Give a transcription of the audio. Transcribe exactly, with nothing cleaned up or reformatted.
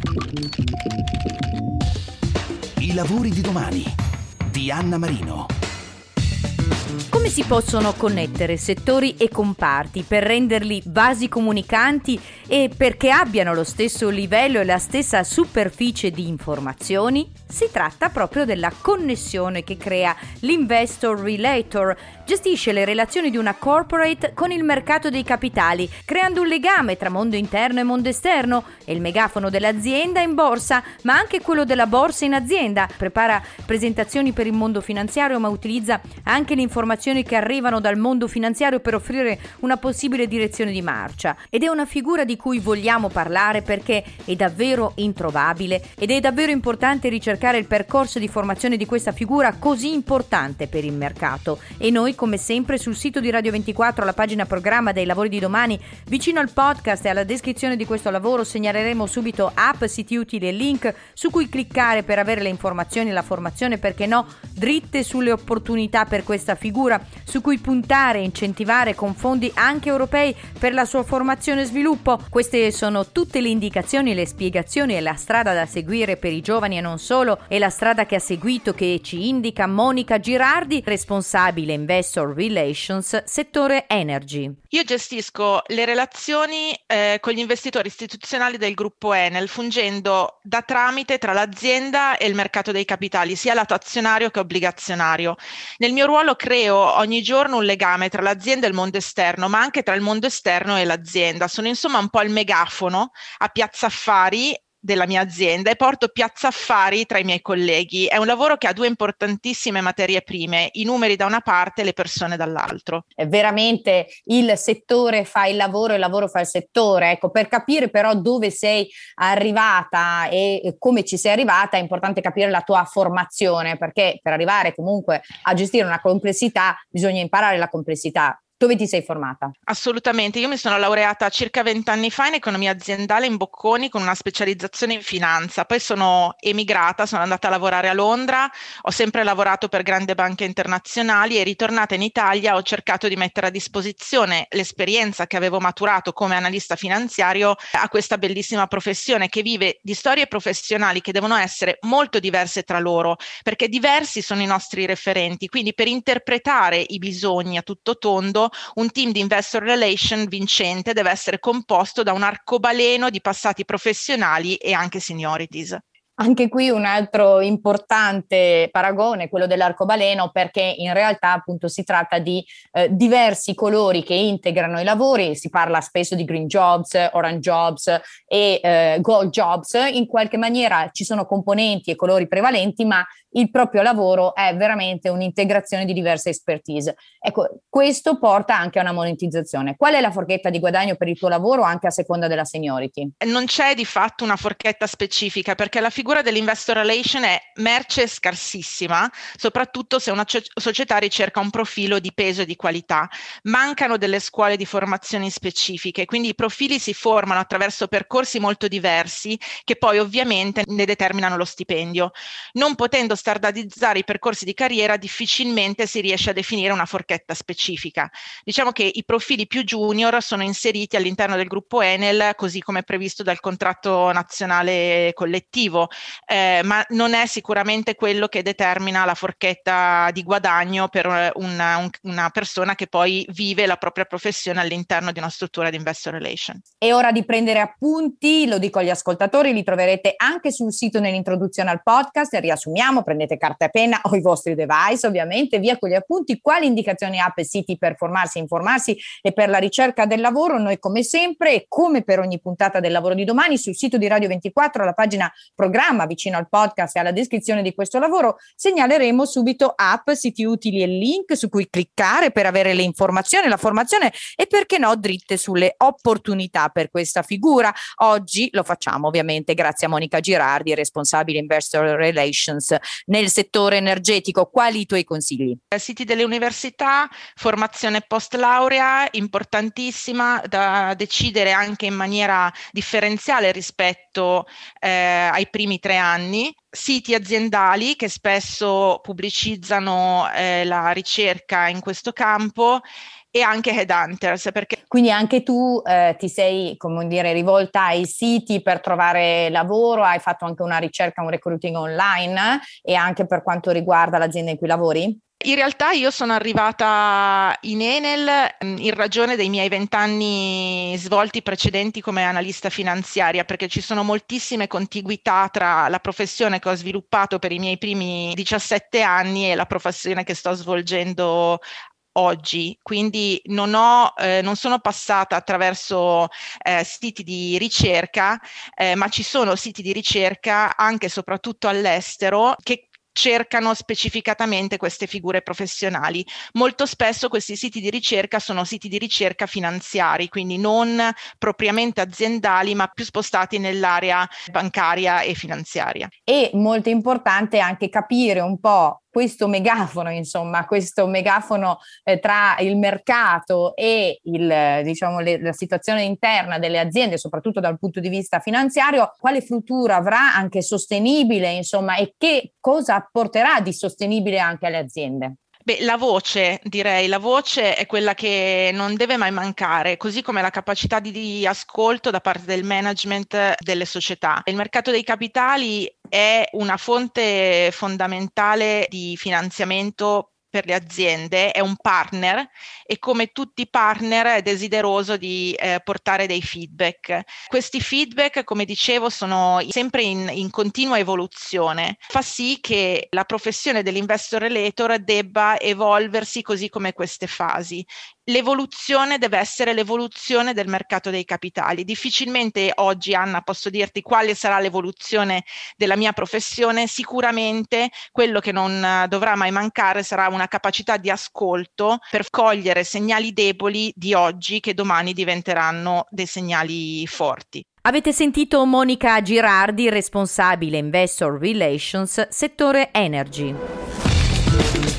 I lavori di domani di Anna Marino. Come si possono connettere settori e comparti per renderli vasi comunicanti e perché abbiano lo stesso livello e la stessa superficie di informazioni? Si tratta proprio della connessione che crea l'Investor Relator. Gestisce le relazioni di una corporate con il mercato dei capitali, creando un legame tra mondo interno e mondo esterno. È il megafono dell'azienda in borsa, ma anche quello della borsa in azienda. Prepara presentazioni per il mondo finanziario, ma utilizza anche le informazioni che arrivano dal mondo finanziario per offrire una possibile direzione di marcia. Ed è una figura di cui vogliamo parlare perché è davvero introvabile ed è davvero importante ricercare il percorso di formazione di questa figura così importante per il mercato. E noi, come sempre, sul sito di Radio ventiquattro, alla pagina programma dei lavori di domani, vicino al podcast e alla descrizione di questo lavoro, segnaleremo subito app, siti utili e link su cui cliccare per avere le informazioni e la formazione, perché no, dritte sulle opportunità per questa figura, su cui puntare e incentivare con fondi anche europei per la sua formazione e sviluppo. Queste sono tutte le indicazioni, le spiegazioni e la strada da seguire per i giovani e non solo, e la strada che ha seguito, che ci indica Monica Girardi, responsabile Investor Relations, settore Energy. Io gestisco le relazioni eh, con gli investitori istituzionali del gruppo Enel, fungendo da tramite tra l'azienda e il mercato dei capitali, sia lato azionario che obbligazionario. Nel mio ruolo creo ogni giorno un legame tra l'azienda e il mondo esterno, ma anche tra il mondo esterno e l'azienda. Sono insomma un po' il megafono a Piazza Affari della mia azienda e porto Piazza Affari tra i miei colleghi. È un lavoro che ha due importantissime materie prime, i numeri da una parte e le persone dall'altro. È veramente il settore fa il lavoro e il lavoro fa il settore. Ecco, per capire però dove sei arrivata e come ci sei arrivata è importante capire la tua formazione, perché per arrivare comunque a gestire una complessità bisogna imparare la complessità. Dove ti sei formata? Assolutamente, io mi sono laureata circa vent'anni fa in economia aziendale in Bocconi con una specializzazione in finanza, poi sono emigrata, sono andata a lavorare a Londra, ho sempre lavorato per grandi banche internazionali e ritornata in Italia ho cercato di mettere a disposizione l'esperienza che avevo maturato come analista finanziario a questa bellissima professione che vive di storie professionali che devono essere molto diverse tra loro, perché diversi sono i nostri referenti, quindi per interpretare i bisogni a tutto tondo un team di investor relation vincente deve essere composto da un arcobaleno di passati professionali e anche seniorities. Anche qui un altro importante paragone, quello dell'arcobaleno, perché in realtà appunto si tratta di eh, diversi colori che integrano i lavori. Si parla spesso di green jobs, orange jobs e eh, gold jobs. In qualche maniera ci sono componenti e colori prevalenti, ma il proprio lavoro è veramente un'integrazione di diverse expertise. Ecco, questo porta anche a una monetizzazione. Qual è la forchetta di guadagno per il tuo lavoro anche a seconda della seniority? Non c'è di fatto una forchetta specifica, perché la figura dell'investor relation è merce scarsissima, soprattutto se una ce- società ricerca un profilo di peso e di qualità. Mancano delle scuole di formazioni specifiche, quindi i profili si formano attraverso percorsi molto diversi che poi ovviamente ne determinano lo stipendio. Non potendo standardizzare i percorsi di carriera, difficilmente si riesce a definire una forchetta specifica. Diciamo che i profili più junior sono inseriti all'interno del gruppo Enel, così come previsto dal contratto nazionale collettivo, eh, ma non è sicuramente quello che determina la forchetta di guadagno per una, un, una persona che poi vive la propria professione all'interno di una struttura di investor relation. È ora di prendere appunti, lo dico agli ascoltatori, li troverete anche sul sito nell'introduzione al podcast. Riassumiamo, prendete carta e penna o i vostri device ovviamente, via con gli appunti, quali indicazioni app e siti per formarsi, informarsi e per la ricerca del lavoro. Noi come sempre e come per ogni puntata del lavoro di domani sul sito di Radio ventiquattro, alla pagina programma vicino al podcast e alla descrizione di questo lavoro, segnaleremo subito app, siti utili e link su cui cliccare per avere le informazioni, la formazione e perché no dritte sulle opportunità per questa figura. Oggi lo facciamo ovviamente grazie a Monica Girardi, responsabile Investor Relations nel settore energetico. Quali i tuoi consigli? Siti delle università, formazione post laurea importantissima da decidere anche in maniera differenziale rispetto eh, ai primi tre anni. Siti aziendali che spesso pubblicizzano eh, la ricerca in questo campo e anche headhunters, perché quindi anche tu eh, ti sei, come dire, rivolta ai siti per trovare lavoro, hai fatto anche una ricerca, un recruiting online e anche per quanto riguarda l'azienda in cui lavori? In realtà io sono arrivata in Enel in ragione dei miei vent'anni svolti precedenti come analista finanziaria, perché ci sono moltissime contiguità tra la professione che ho sviluppato per i miei primi diciassette anni e la professione che sto svolgendo oggi. Quindi non ho, eh, non sono passata attraverso eh, siti di ricerca, eh, ma ci sono siti di ricerca anche e soprattutto all'estero che cercano specificatamente queste figure professionali. Molto spesso questi siti di ricerca sono siti di ricerca finanziari, quindi non propriamente aziendali, ma più spostati nell'area bancaria e finanziaria. E molto importante anche capire un po' questo megafono, insomma, questo megafono eh, tra il mercato e il, diciamo, le, la situazione interna delle aziende, soprattutto dal punto di vista finanziario, quale futuro avrà anche sostenibile, insomma, e che cosa apporterà di sostenibile anche alle aziende. Beh, la voce, direi, la voce è quella che non deve mai mancare, così come la capacità di, di ascolto da parte del management delle società. Il mercato dei capitali è una fonte fondamentale di finanziamento per le aziende, è un partner e come tutti i partner è desideroso di eh, portare dei feedback. Questi feedback, come dicevo, sono sempre in, in continua evoluzione. Fa sì che la professione dell'investor relator debba evolversi così come queste fasi. L'evoluzione deve essere l'evoluzione del mercato dei capitali. Difficilmente oggi, Anna, posso dirti quale sarà l'evoluzione della mia professione. Sicuramente quello che non dovrà mai mancare sarà una capacità di ascolto per cogliere segnali deboli di oggi che domani diventeranno dei segnali forti. Avete sentito Monica Girardi, responsabile Investor Relations, settore Energy.